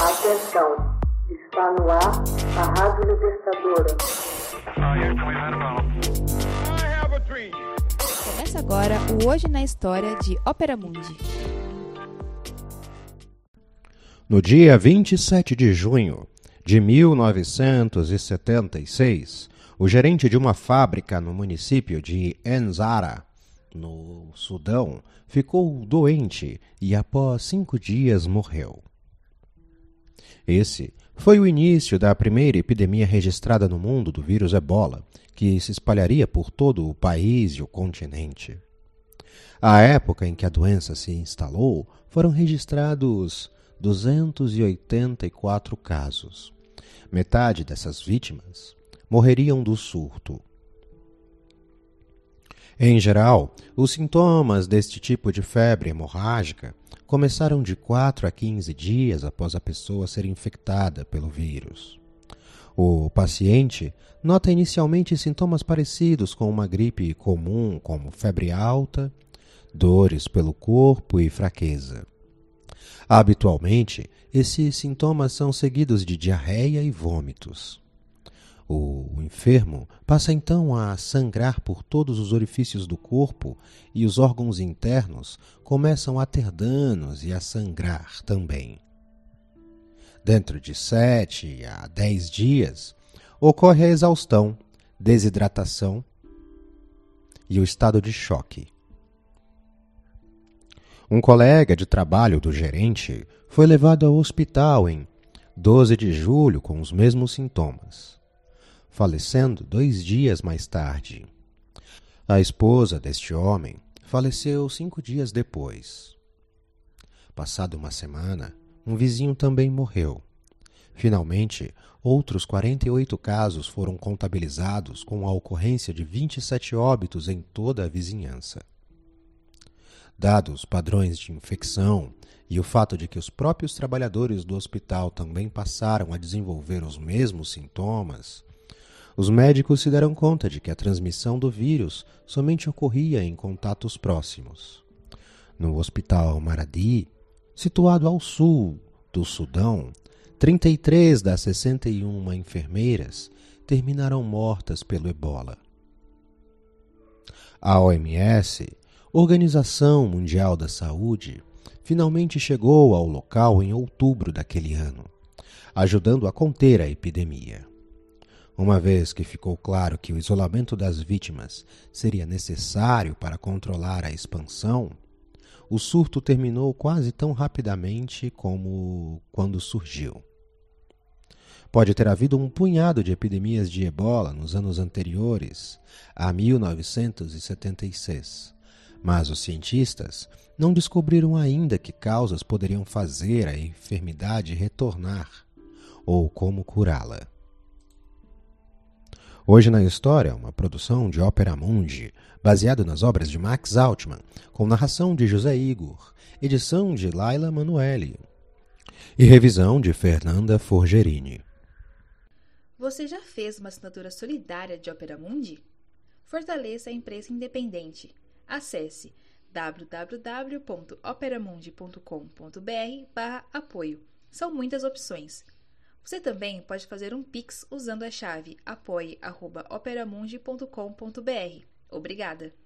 Atenção, está no ar a Rádio Libertadora. Começa agora o Hoje na História de Ópera Mundi. No dia 27 de junho de 1976, o gerente de uma fábrica no município de Enzara, no Sudão, ficou doente e após 5 dias morreu. Esse foi o início da primeira epidemia registrada no mundo do vírus Ebola, que se espalharia por todo o país e o continente. À época em que a doença se instalou, foram registrados 284 casos. Metade dessas vítimas morreriam do surto. Em geral, os sintomas deste tipo de febre hemorrágica começaram de 4 a 15 dias após a pessoa ser infectada pelo vírus. O paciente nota inicialmente sintomas parecidos com uma gripe comum, como febre alta, dores pelo corpo e fraqueza. Habitualmente, esses sintomas são seguidos de diarreia e vômitos. O enfermo passa então a sangrar por todos os orifícios do corpo e os órgãos internos começam a ter danos e a sangrar também. Dentro de 7 a 10 dias, ocorre a exaustão, desidratação e o estado de choque. Um colega de trabalho do gerente foi levado ao hospital em 12 de julho com os mesmos sintomas, falecendo 2 dias mais tarde. A esposa deste homem faleceu 5 dias depois. Passada uma semana, um vizinho também morreu. Finalmente, outros 48 casos foram contabilizados com a ocorrência de 27 óbitos em toda a vizinhança. Dados os padrões de infecção e o fato de que os próprios trabalhadores do hospital também passaram a desenvolver os mesmos sintomas, os médicos se deram conta de que a transmissão do vírus somente ocorria em contatos próximos. No Hospital Maradi, situado ao sul do Sudão, 33 das 61 enfermeiras terminaram mortas pelo Ebola. A OMS, Organização Mundial da Saúde, finalmente chegou ao local em outubro daquele ano, ajudando a conter a epidemia. Uma vez que ficou claro que o isolamento das vítimas seria necessário para controlar a expansão, o surto terminou quase tão rapidamente como quando surgiu. Pode ter havido um punhado de epidemias de ebola nos anos anteriores a 1976, mas os cientistas não descobriram ainda que causas poderiam fazer a enfermidade retornar ou como curá-la. Hoje na História, uma produção de Ópera Mundi, baseado nas obras de Max Altman, com narração de José Igor, edição de Laila Manoeli e revisão de Fernanda Forgerini. Você já fez uma assinatura solidária de Ópera Mundi? Fortaleça a imprensa independente. Acesse www.operamundi.com.br/apoio. São muitas opções. Você também pode fazer um Pix usando a chave apoie@operamundi.com.br. Obrigada!